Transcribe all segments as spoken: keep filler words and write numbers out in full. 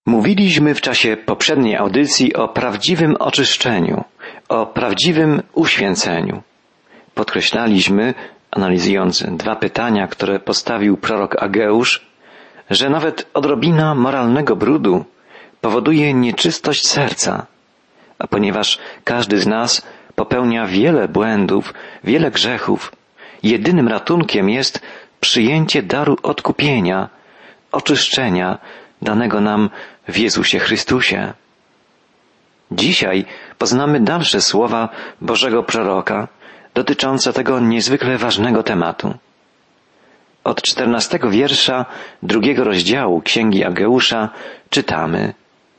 Mówiliśmy w czasie poprzedniej audycji o prawdziwym oczyszczeniu, o prawdziwym uświęceniu. Podkreślaliśmy, analizując dwa pytania, które postawił prorok Ageusz, że nawet odrobina moralnego brudu powoduje nieczystość serca, a ponieważ każdy z nas popełnia wiele błędów, wiele grzechów, jedynym ratunkiem jest przyjęcie daru odkupienia, oczyszczenia danego nam w Jezusie Chrystusie. Dzisiaj poznamy dalsze słowa Bożego proroka dotyczące tego niezwykle ważnego tematu. Od czternastego wiersza drugiego rozdziału Księgi Ageusza czytamy: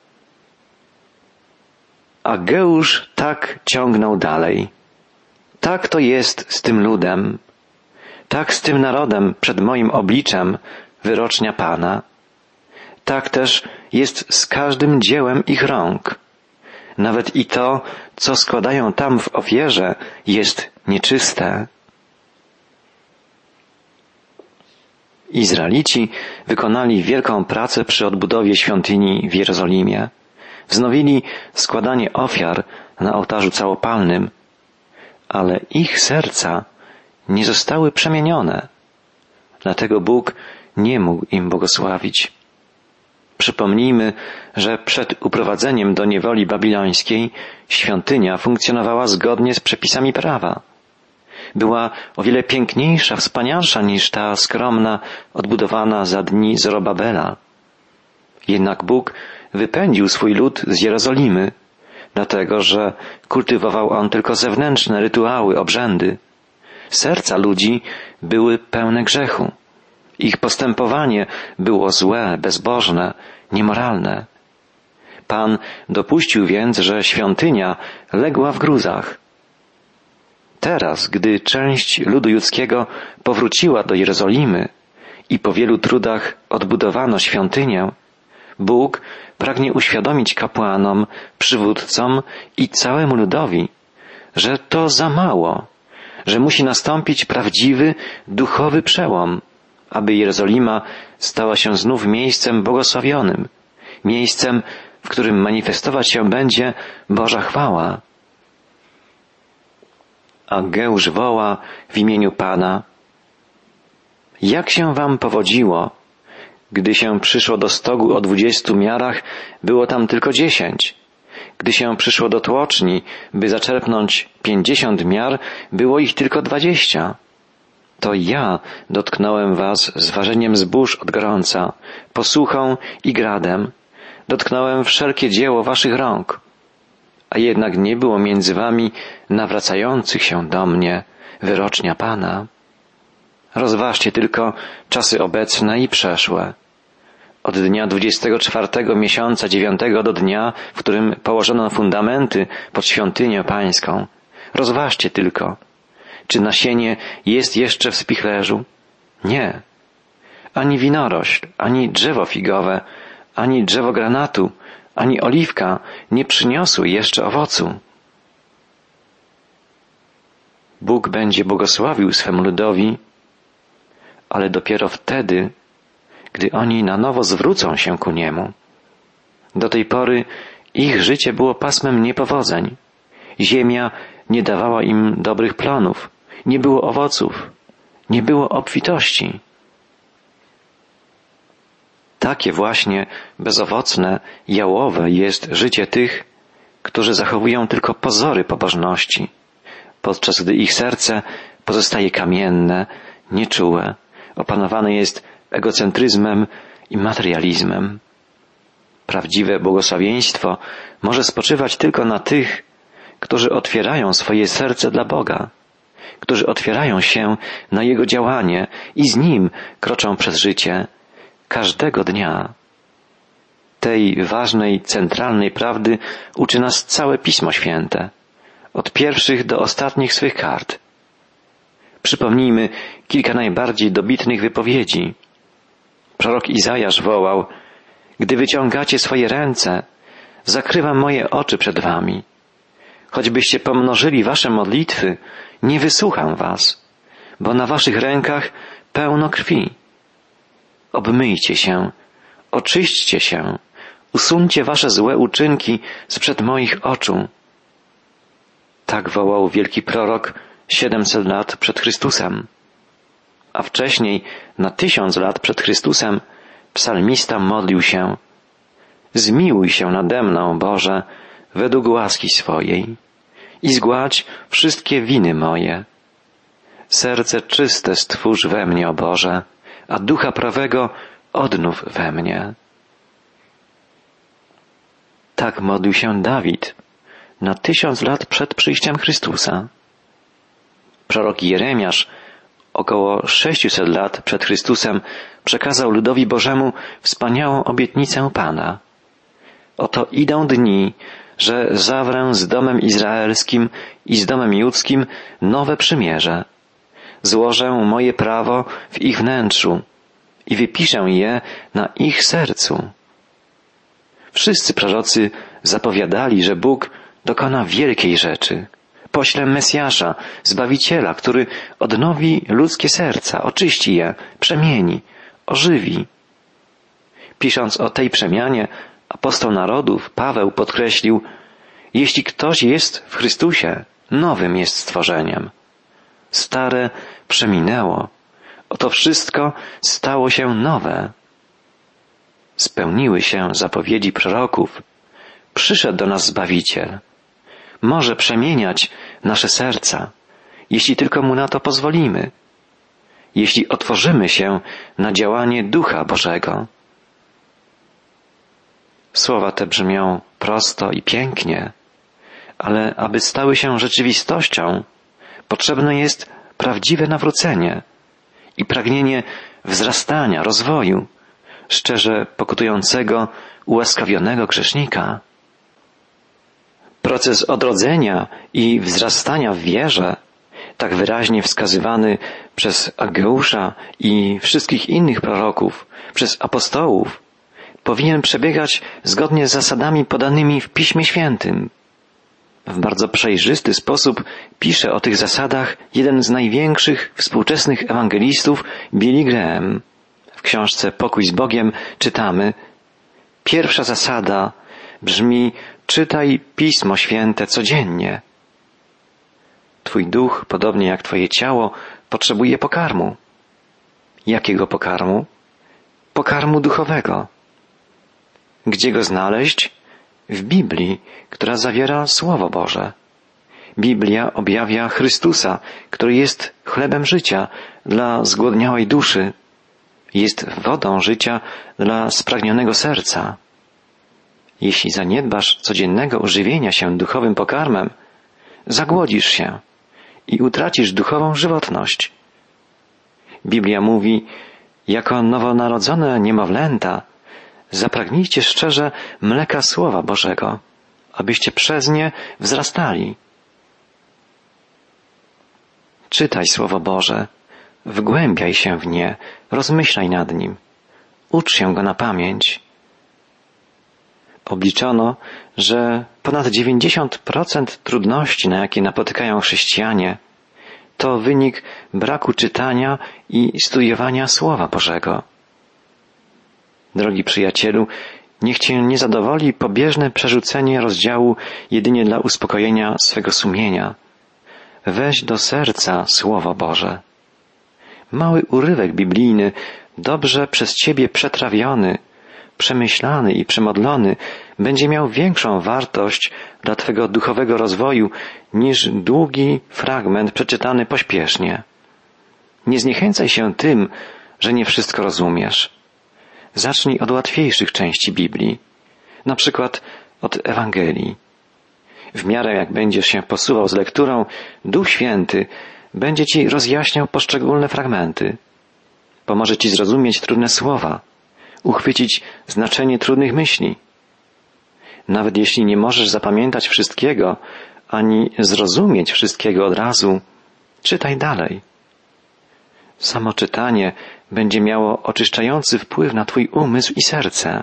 Ageusz tak ciągnął dalej. Tak to jest z tym ludem, tak z tym narodem przed moim obliczem, wyrocznia Pana. Tak też jest z każdym dziełem ich rąk. Nawet i to, co składają tam w ofierze, jest nieczyste. Izraelici wykonali wielką pracę przy odbudowie świątyni w Jerozolimie. Wznowili składanie ofiar na ołtarzu całopalnym, ale ich serca nie zostały przemienione. Dlatego Bóg nie mógł im błogosławić. Przypomnijmy, że przed uprowadzeniem do niewoli babilońskiej świątynia funkcjonowała zgodnie z przepisami prawa. Była o wiele piękniejsza, wspanialsza niż ta skromna, odbudowana za dni Zorobabela. Jednak Bóg wypędził swój lud z Jerozolimy, dlatego że kultywował on tylko zewnętrzne rytuały, obrzędy. Serca ludzi były pełne grzechu. Ich postępowanie było złe, bezbożne, niemoralne. Pan dopuścił więc, że świątynia legła w gruzach. Teraz, gdy część ludu judzkiego powróciła do Jerozolimy i po wielu trudach odbudowano świątynię, Bóg pragnie uświadomić kapłanom, przywódcom i całemu ludowi, że to za mało, że musi nastąpić prawdziwy, duchowy przełom, aby Jerozolima stała się znów miejscem błogosławionym, miejscem, w którym manifestować się będzie Boża chwała. Ageusz woła w imieniu Pana: Jak się wam powodziło? Gdy się przyszło do stogu o dwudziestu miarach, było tam tylko dziesięć. Gdy się przyszło do tłoczni, by zaczerpnąć pięćdziesiąt miar, było ich tylko dwadzieścia. To ja dotknąłem was zważeniem zbóż od gorąca, posuchą i gradem. Dotknąłem wszelkie dzieło waszych rąk. A jednak nie było między wami nawracających się do mnie, wyrocznia Pana. Rozważcie tylko czasy obecne i przeszłe. Od dnia dwudziestego czwartego miesiąca dziewiątego do dnia, w którym położono fundamenty pod świątynię Pańską. Rozważcie tylko, czy nasienie jest jeszcze w spichlerzu? Nie. Ani winorośl, ani drzewo figowe, ani drzewo granatu, ani oliwka nie przyniosły jeszcze owocu. Bóg będzie błogosławił swemu ludowi, ale dopiero wtedy, gdy oni na nowo zwrócą się ku Niemu. Do tej pory ich życie było pasmem niepowodzeń. Ziemia nie dawała im dobrych plonów, nie było owoców, nie było obfitości. Takie właśnie bezowocne, jałowe jest życie tych, którzy zachowują tylko pozory pobożności, podczas gdy ich serce pozostaje kamienne, nieczułe, opanowane jest egocentryzmem i materializmem. Prawdziwe błogosławieństwo może spoczywać tylko na tych, którzy otwierają swoje serce dla Boga, którzy otwierają się na Jego działanie i z Nim kroczą przez życie każdego dnia. Tej ważnej, centralnej prawdy uczy nas całe Pismo Święte, od pierwszych do ostatnich swych kart. Przypomnijmy kilka najbardziej dobitnych wypowiedzi. Prorok Izajasz wołał: Gdy wyciągacie swoje ręce, zakrywam moje oczy przed wami. Choćbyście pomnożyli wasze modlitwy, nie wysłucham was, bo na waszych rękach pełno krwi. Obmyjcie się, oczyśćcie się, Usuńcie wasze złe uczynki sprzed moich oczu. Tak wołał wielki prorok siedemset lat przed Chrystusem. A wcześniej, na tysiąc lat przed Chrystusem, psalmista modlił się: zmiłuj się nade mną, Boże, według łaski swojej i zgładź wszystkie winy moje. Serce czyste stwórz we mnie, o Boże, a ducha prawego odnów we mnie. Tak modlił się Dawid na tysiąc lat przed przyjściem Chrystusa. Prorok Jeremiasz około sześćset lat przed Chrystusem przekazał ludowi Bożemu wspaniałą obietnicę Pana. Oto idą dni, że zawrę z domem izraelskim i z domem judzkim nowe przymierze. Złożę moje prawo w ich wnętrzu i wypiszę je na ich sercu. Wszyscy prorocy zapowiadali, że Bóg dokona wielkiej rzeczy. Pośle Mesjasza, Zbawiciela, który odnowi ludzkie serca, oczyści je, przemieni, ożywi. Pisząc o tej przemianie, apostoł narodów Paweł podkreślił: jeśli ktoś jest w Chrystusie, nowym jest stworzeniem. Stare przeminęło, oto wszystko stało się nowe. Spełniły się zapowiedzi proroków. Przyszedł do nas Zbawiciel. Może przemieniać nasze serca, jeśli tylko Mu na to pozwolimy, jeśli otworzymy się na działanie Ducha Bożego. Słowa te brzmią prosto i pięknie, ale aby stały się rzeczywistością, potrzebne jest prawdziwe nawrócenie i pragnienie wzrastania, rozwoju, szczerze pokutującego, ułaskawionego grzesznika. Proces odrodzenia i wzrastania w wierze, tak wyraźnie wskazywany przez Ageusza i wszystkich innych proroków, przez apostołów, powinien przebiegać zgodnie z zasadami podanymi w Piśmie Świętym. W bardzo przejrzysty sposób pisze o tych zasadach jeden z największych współczesnych ewangelistów, Billy Graham. W książce Pokój z Bogiem czytamy: pierwsza zasada brzmi: czytaj Pismo Święte codziennie. Twój duch, podobnie jak twoje ciało, potrzebuje pokarmu. Jakiego pokarmu? Pokarmu duchowego. Gdzie go znaleźć? W Biblii, która zawiera Słowo Boże. Biblia objawia Chrystusa, który jest chlebem życia dla zgłodniałej duszy. Jest wodą życia dla spragnionego serca. Jeśli zaniedbasz codziennego używienia się duchowym pokarmem, zagłodzisz się i utracisz duchową żywotność. Biblia mówi: jako nowonarodzone niemowlęta zapragnijcie szczerze mleka Słowa Bożego, abyście przez nie wzrastali. Czytaj Słowo Boże, wgłębiaj się w nie, rozmyślaj nad nim, ucz się go na pamięć. Obliczono, że ponad dziewięćdziesiąt procent trudności, na jakie napotykają chrześcijanie, to wynik braku czytania i studiowania Słowa Bożego. Drogi przyjacielu, niech cię nie zadowoli pobieżne przerzucenie rozdziału jedynie dla uspokojenia swego sumienia. Weź do serca Słowo Boże. Mały urywek biblijny, dobrze przez ciebie przetrawiony, przemyślany i przemodlony, będzie miał większą wartość dla twego duchowego rozwoju niż długi fragment przeczytany pośpiesznie. Nie zniechęcaj się tym, że nie wszystko rozumiesz. Zacznij od łatwiejszych części Biblii, na przykład od Ewangelii. W miarę jak będziesz się posuwał z lekturą, Duch Święty będzie ci rozjaśniał poszczególne fragmenty. Pomoże ci zrozumieć trudne słowa, uchwycić znaczenie trudnych myśli. Nawet jeśli nie możesz zapamiętać wszystkiego, ani zrozumieć wszystkiego od razu, czytaj dalej. Samo czytanie będzie miało oczyszczający wpływ na twój umysł i serce.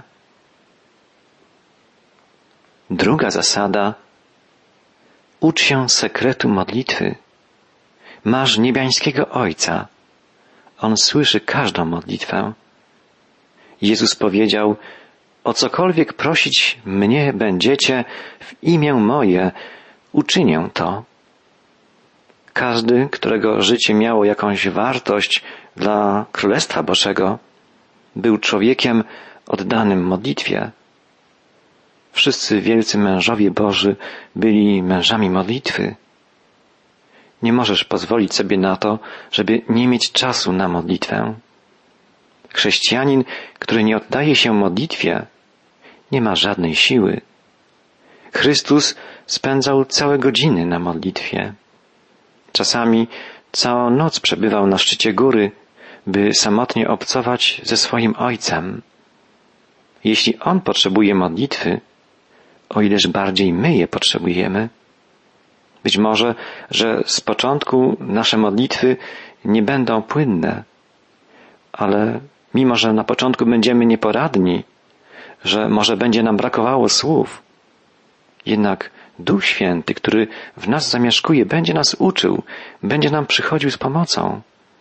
Druga zasada: ucz się sekretu modlitwy. Masz niebiańskiego Ojca. On słyszy każdą modlitwę. Jezus powiedział: o cokolwiek prosić mnie będziecie w imię moje, uczynię to. Każdy, którego życie miało jakąś wartość dla Królestwa Bożego, był człowiekiem oddanym modlitwie. Wszyscy wielcy mężowie Boży byli mężami modlitwy. Nie możesz pozwolić sobie na to, żeby nie mieć czasu na modlitwę. Chrześcijanin, który nie oddaje się modlitwie, nie ma żadnej siły. Chrystus spędzał całe godziny na modlitwie. Czasami całą noc przebywał na szczycie góry, by samotnie obcować ze swoim Ojcem. Jeśli On potrzebuje modlitwy, o ileż bardziej my je potrzebujemy. Być może, że z początku nasze modlitwy nie będą płynne, ale mimo, że na początku będziemy nieporadni, że może będzie nam brakowało słów, jednak Duch Święty, który w nas zamieszkuje, będzie nas uczył, będzie nam przychodził z pomocą.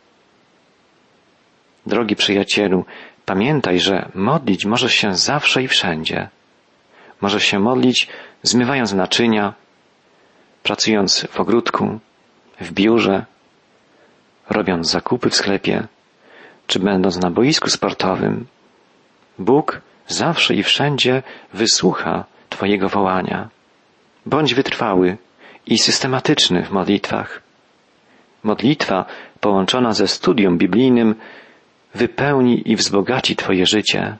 Drogi przyjacielu, pamiętaj, że modlić możesz się zawsze i wszędzie. Możesz się modlić, zmywając naczynia, pracując w ogródku, w biurze, robiąc zakupy w sklepie, czy będąc na boisku sportowym. Bóg zawsze i wszędzie wysłucha Twojego wołania. Bądź wytrwały i systematyczny w modlitwach. Modlitwa połączona ze studium biblijnym wypełni i wzbogaci Twoje życie.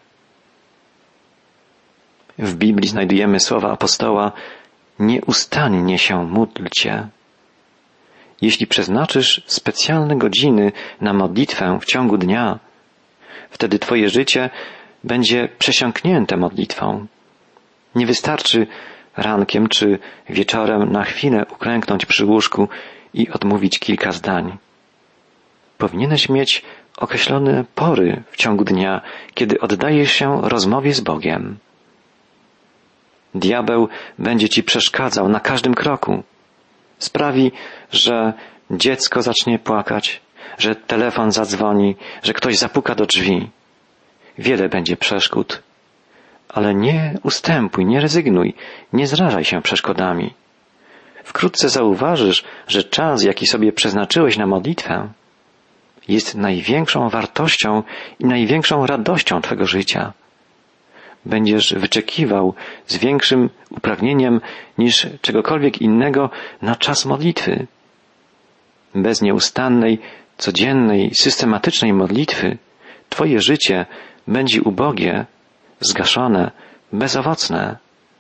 W Biblii znajdujemy słowa apostoła: nieustannie się módlcie. Jeśli przeznaczysz specjalne godziny na modlitwę w ciągu dnia, wtedy Twoje życie będzie przesiąknięte modlitwą. Nie wystarczy rankiem czy wieczorem na chwilę uklęknąć przy łóżku i odmówić kilka zdań. Powinieneś mieć określone pory w ciągu dnia, kiedy oddajesz się rozmowie z Bogiem. Diabeł będzie ci przeszkadzał na każdym kroku. Sprawi, że dziecko zacznie płakać, że telefon zadzwoni, że ktoś zapuka do drzwi. Wiele będzie przeszkód. Ale nie ustępuj, nie rezygnuj, nie zrażaj się przeszkodami. Wkrótce zauważysz, że czas, jaki sobie przeznaczyłeś na modlitwę, jest największą wartością i największą radością Twego życia. Będziesz wyczekiwał z większym upragnieniem niż czegokolwiek innego na czas modlitwy. Bez nieustannej, codziennej, systematycznej modlitwy Twoje życie będzie ubogie, zgaszone, bezowocne.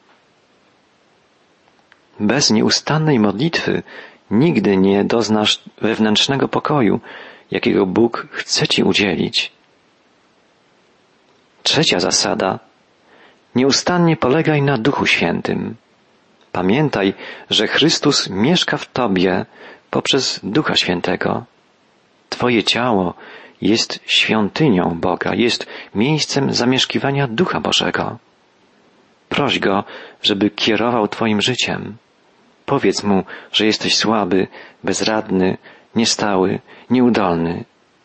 Bez nieustannej modlitwy nigdy nie doznasz wewnętrznego pokoju, jakiego Bóg chce Ci udzielić. Trzecia zasada. Nieustannie polegaj na Duchu Świętym. Pamiętaj, że Chrystus mieszka w Tobie poprzez Ducha Świętego. Twoje ciało jest świątynią Boga, jest miejscem zamieszkiwania Ducha Bożego. Proś Go, żeby kierował Twoim życiem. Powiedz Mu, że jesteś słaby, bezradny, niestały, nieudolny.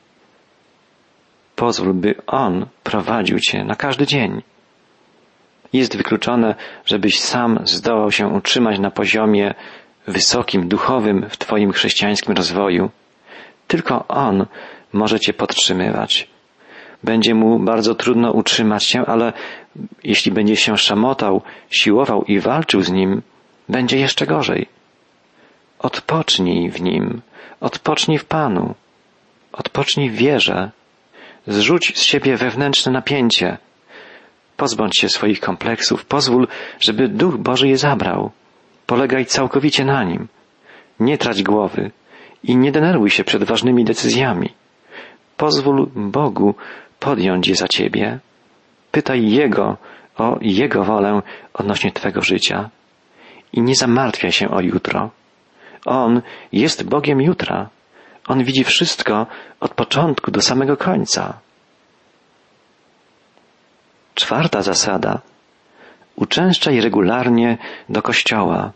Pozwól, by On prowadził Cię na każdy dzień. Jest wykluczone, żebyś sam zdołał się utrzymać na poziomie wysokim, duchowym w Twoim chrześcijańskim rozwoju. Tylko On może Cię podtrzymywać. Będzie Mu bardzo trudno utrzymać się, ale jeśli będzie się szamotał, siłował i walczył z Nim, będzie jeszcze gorzej. Odpocznij w Nim, odpocznij w Panu, odpocznij w wierze, zrzuć z siebie wewnętrzne napięcie, pozbądź się swoich kompleksów, pozwól, żeby Duch Boży je zabrał. Polegaj całkowicie na Nim. Nie trać głowy i nie denerwuj się przed ważnymi decyzjami. Pozwól Bogu podjąć je za Ciebie. Pytaj Jego o Jego wolę odnośnie Twego życia. I nie zamartwiaj się o jutro. On jest Bogiem jutra. On widzi wszystko od początku do samego końca. Czwarta zasada. Uczęszczaj regularnie do kościoła.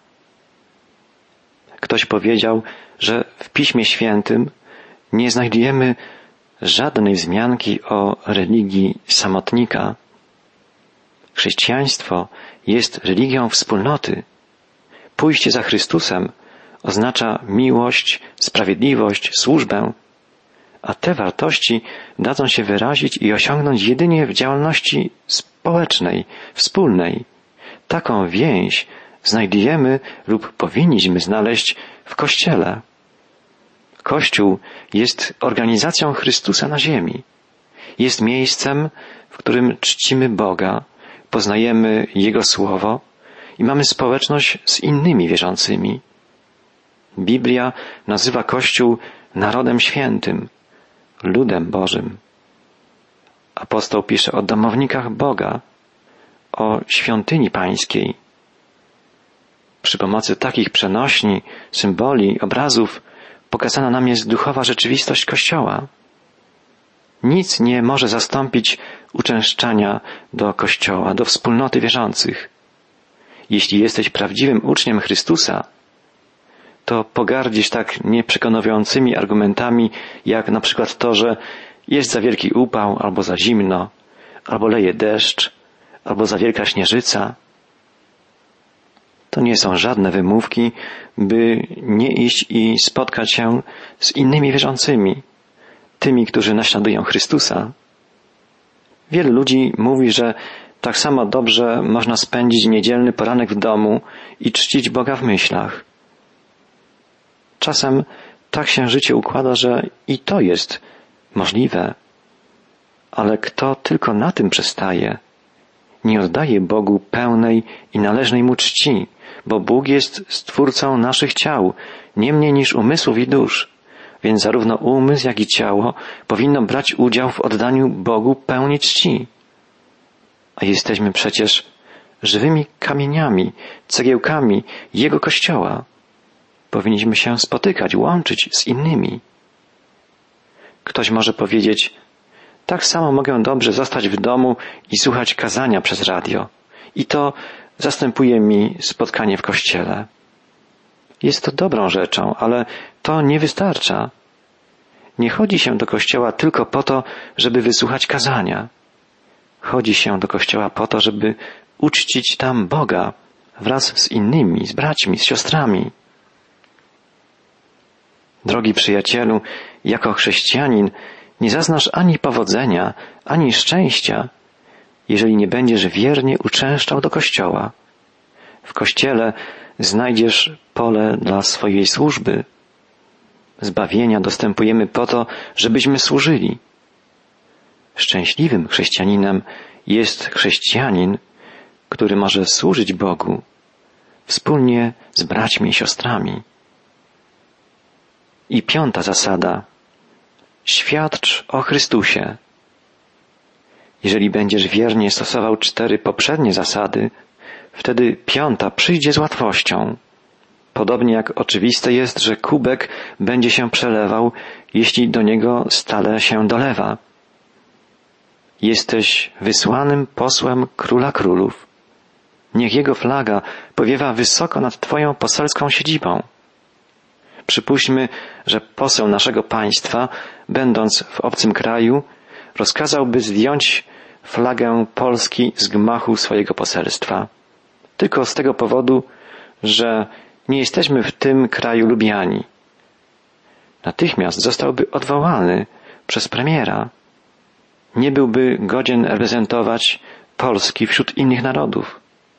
Ktoś powiedział, że w Piśmie Świętym nie znajdujemy żadnej wzmianki o religii samotnika. Chrześcijaństwo jest religią wspólnoty. Pójście za Chrystusem oznacza miłość, sprawiedliwość, służbę, a te wartości dadzą się wyrazić i osiągnąć jedynie w działalności społecznej, wspólnej. Taką więź znajdujemy lub powinniśmy znaleźć w Kościele. Kościół jest organizacją Chrystusa na ziemi. Jest miejscem, w którym czcimy Boga, poznajemy Jego Słowo i mamy społeczność z innymi wierzącymi. Biblia nazywa Kościół narodem świętym, ludem Bożym. Apostoł pisze o domownikach Boga, o świątyni pańskiej. Przy pomocy takich przenośni, symboli, obrazów pokazana nam jest duchowa rzeczywistość Kościoła. Nic nie może zastąpić uczęszczania do Kościoła, do wspólnoty wierzących. Jeśli jesteś prawdziwym uczniem Chrystusa, to pogardzisz tak nieprzekonującymi argumentami, jak na przykład to, że jest za wielki upał, albo za zimno, albo leje deszcz, albo za wielka śnieżyca. To nie są żadne wymówki, by nie iść i spotkać się z innymi wierzącymi, tymi, którzy naśladują Chrystusa. Wielu ludzi mówi, że tak samo dobrze można spędzić niedzielny poranek w domu i czcić Boga w myślach. Czasem tak się życie układa, że i to jest możliwe, ale kto tylko na tym przestaje, nie oddaje Bogu pełnej i należnej Mu czci, bo Bóg jest Stwórcą naszych ciał, nie mniej niż umysłów i dusz, więc zarówno umysł, jak i ciało powinno brać udział w oddaniu Bogu pełni czci. A jesteśmy przecież żywymi kamieniami, cegiełkami Jego Kościoła. Powinniśmy się spotykać, łączyć z innymi. Ktoś może powiedzieć, tak samo mogę dobrze zostać w domu i słuchać kazania przez radio. I to zastępuje mi spotkanie w kościele. Jest to dobrą rzeczą, ale to nie wystarcza. Nie chodzi się do kościoła tylko po to, żeby wysłuchać kazania. Chodzi się do kościoła po to, żeby uczcić tam Boga wraz z innymi, z braćmi, z siostrami. Drogi przyjacielu, jako chrześcijanin nie zaznasz ani powodzenia, ani szczęścia, jeżeli nie będziesz wiernie uczęszczał do Kościoła. W Kościele znajdziesz pole dla swojej służby. Zbawienia dostępujemy po to, żebyśmy służyli. Szczęśliwym chrześcijaninem jest chrześcijanin, który może służyć Bogu wspólnie z braćmi i siostrami. I piąta zasada. Świadcz o Chrystusie. Jeżeli będziesz wiernie stosował cztery poprzednie zasady, wtedy piąta przyjdzie z łatwością. Podobnie jak oczywiste jest, że kubek będzie się przelewał, jeśli do niego stale się dolewa. Jesteś wysłanym posłem Króla Królów. Niech Jego flaga powiewa wysoko nad Twoją poselską siedzibą. Przypuśćmy, że poseł naszego państwa, będąc w obcym kraju, rozkazałby zdjąć flagę Polski z gmachu swojego poselstwa. Tylko z tego powodu, że nie jesteśmy w tym kraju lubiani. Natychmiast zostałby odwołany przez premiera. Nie byłby godzien reprezentować Polski wśród innych narodów.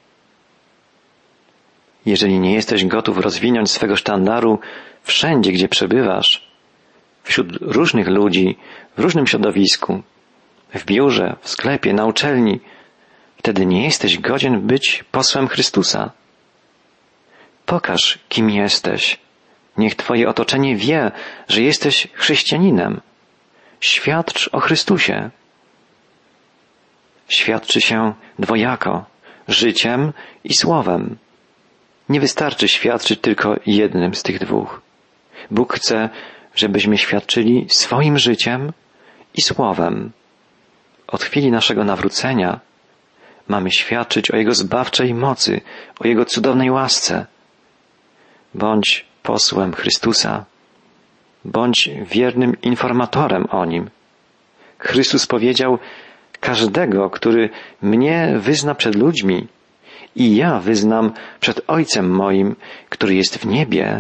Jeżeli nie jesteś gotów rozwinąć swego sztandaru wszędzie, gdzie przebywasz, wśród różnych ludzi, w różnym środowisku, w biurze, w sklepie, na uczelni, wtedy nie jesteś godzien być posłem Chrystusa. Pokaż, kim jesteś. Niech Twoje otoczenie wie, że jesteś chrześcijaninem. Świadcz o Chrystusie. Świadczy się dwojako, życiem i słowem. Nie wystarczy świadczyć tylko jednym z tych dwóch. Bóg chce, żebyśmy świadczyli swoim życiem i słowem. Od chwili naszego nawrócenia mamy świadczyć o Jego zbawczej mocy, o Jego cudownej łasce. Bądź posłem Chrystusa. Bądź wiernym informatorem o Nim. Chrystus powiedział, każdego, który mnie wyzna przed ludźmi i ja wyznam przed Ojcem moim, który jest w niebie.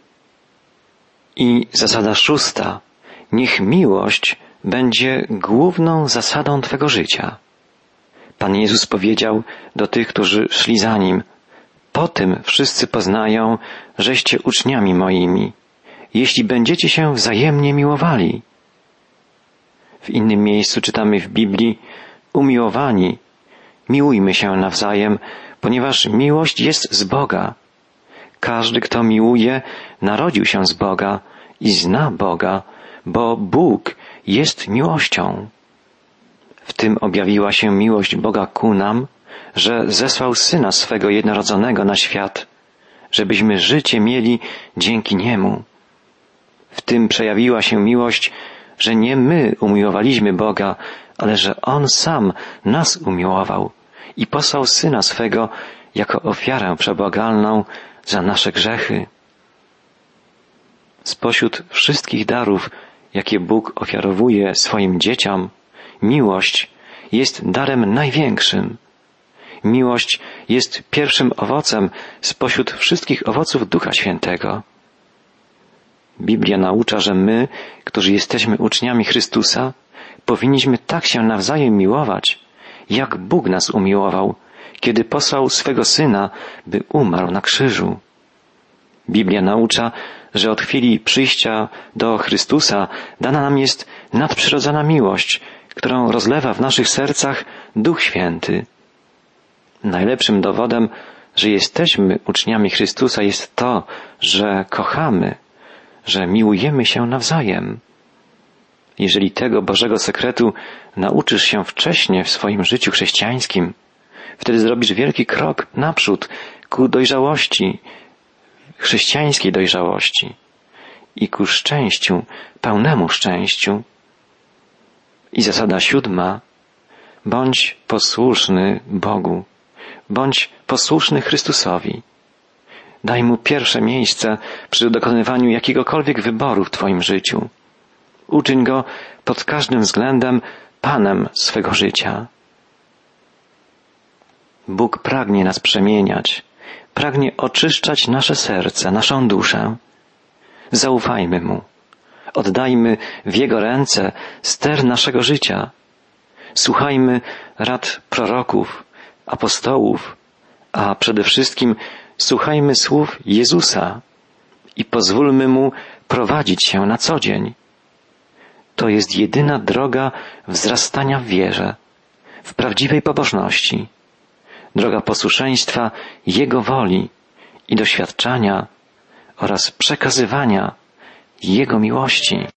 I zasada szósta. Niech miłość będzie główną zasadą Twego życia. Pan Jezus powiedział do tych, którzy szli za Nim: po tym wszyscy poznają, żeście uczniami moimi, jeśli będziecie się wzajemnie miłowali. W innym miejscu czytamy w Biblii: umiłowani, miłujmy się nawzajem, ponieważ miłość jest z Boga. Każdy, kto miłuje, narodził się z Boga i zna Boga, bo Bóg jest miłością. W tym objawiła się miłość Boga ku nam, że zesłał Syna swego jednorodzonego na świat, żebyśmy życie mieli dzięki Niemu. W tym przejawiła się miłość, że nie my umiłowaliśmy Boga, ale że On sam nas umiłował i posłał Syna swego jako ofiarę przebłagalną za nasze grzechy. Spośród wszystkich darów, jakie Bóg ofiarowuje swoim dzieciom, miłość jest darem największym. Miłość jest pierwszym owocem spośród wszystkich owoców Ducha Świętego. Biblia naucza, że my, którzy jesteśmy uczniami Chrystusa, powinniśmy tak się nawzajem miłować, jak Bóg nas umiłował, kiedy posłał swego Syna, by umarł na krzyżu. Biblia naucza, że od chwili przyjścia do Chrystusa dana nam jest nadprzyrodzona miłość, którą rozlewa w naszych sercach Duch Święty. Najlepszym dowodem, że jesteśmy uczniami Chrystusa, jest to, że kochamy, że miłujemy się nawzajem. Jeżeli tego Bożego sekretu nauczysz się wcześnie w swoim życiu chrześcijańskim, wtedy zrobisz wielki krok naprzód ku dojrzałości, chrześcijańskiej dojrzałości i ku szczęściu, pełnemu szczęściu. I zasada siódma: bądź posłuszny Bogu, bądź posłuszny Chrystusowi. Daj Mu pierwsze miejsce przy dokonywaniu jakiegokolwiek wyboru w Twoim życiu. Uczyń Go pod każdym względem Panem swego życia. Bóg pragnie nas przemieniać, pragnie oczyszczać nasze serce, naszą duszę. Zaufajmy Mu. Oddajmy w Jego ręce ster naszego życia. Słuchajmy rad proroków, apostołów, a przede wszystkim słuchajmy słów Jezusa i pozwólmy Mu prowadzić się na co dzień. To jest jedyna droga wzrastania w wierze, w prawdziwej pobożności, droga posłuszeństwa Jego woli i doświadczania oraz przekazywania Jego miłości.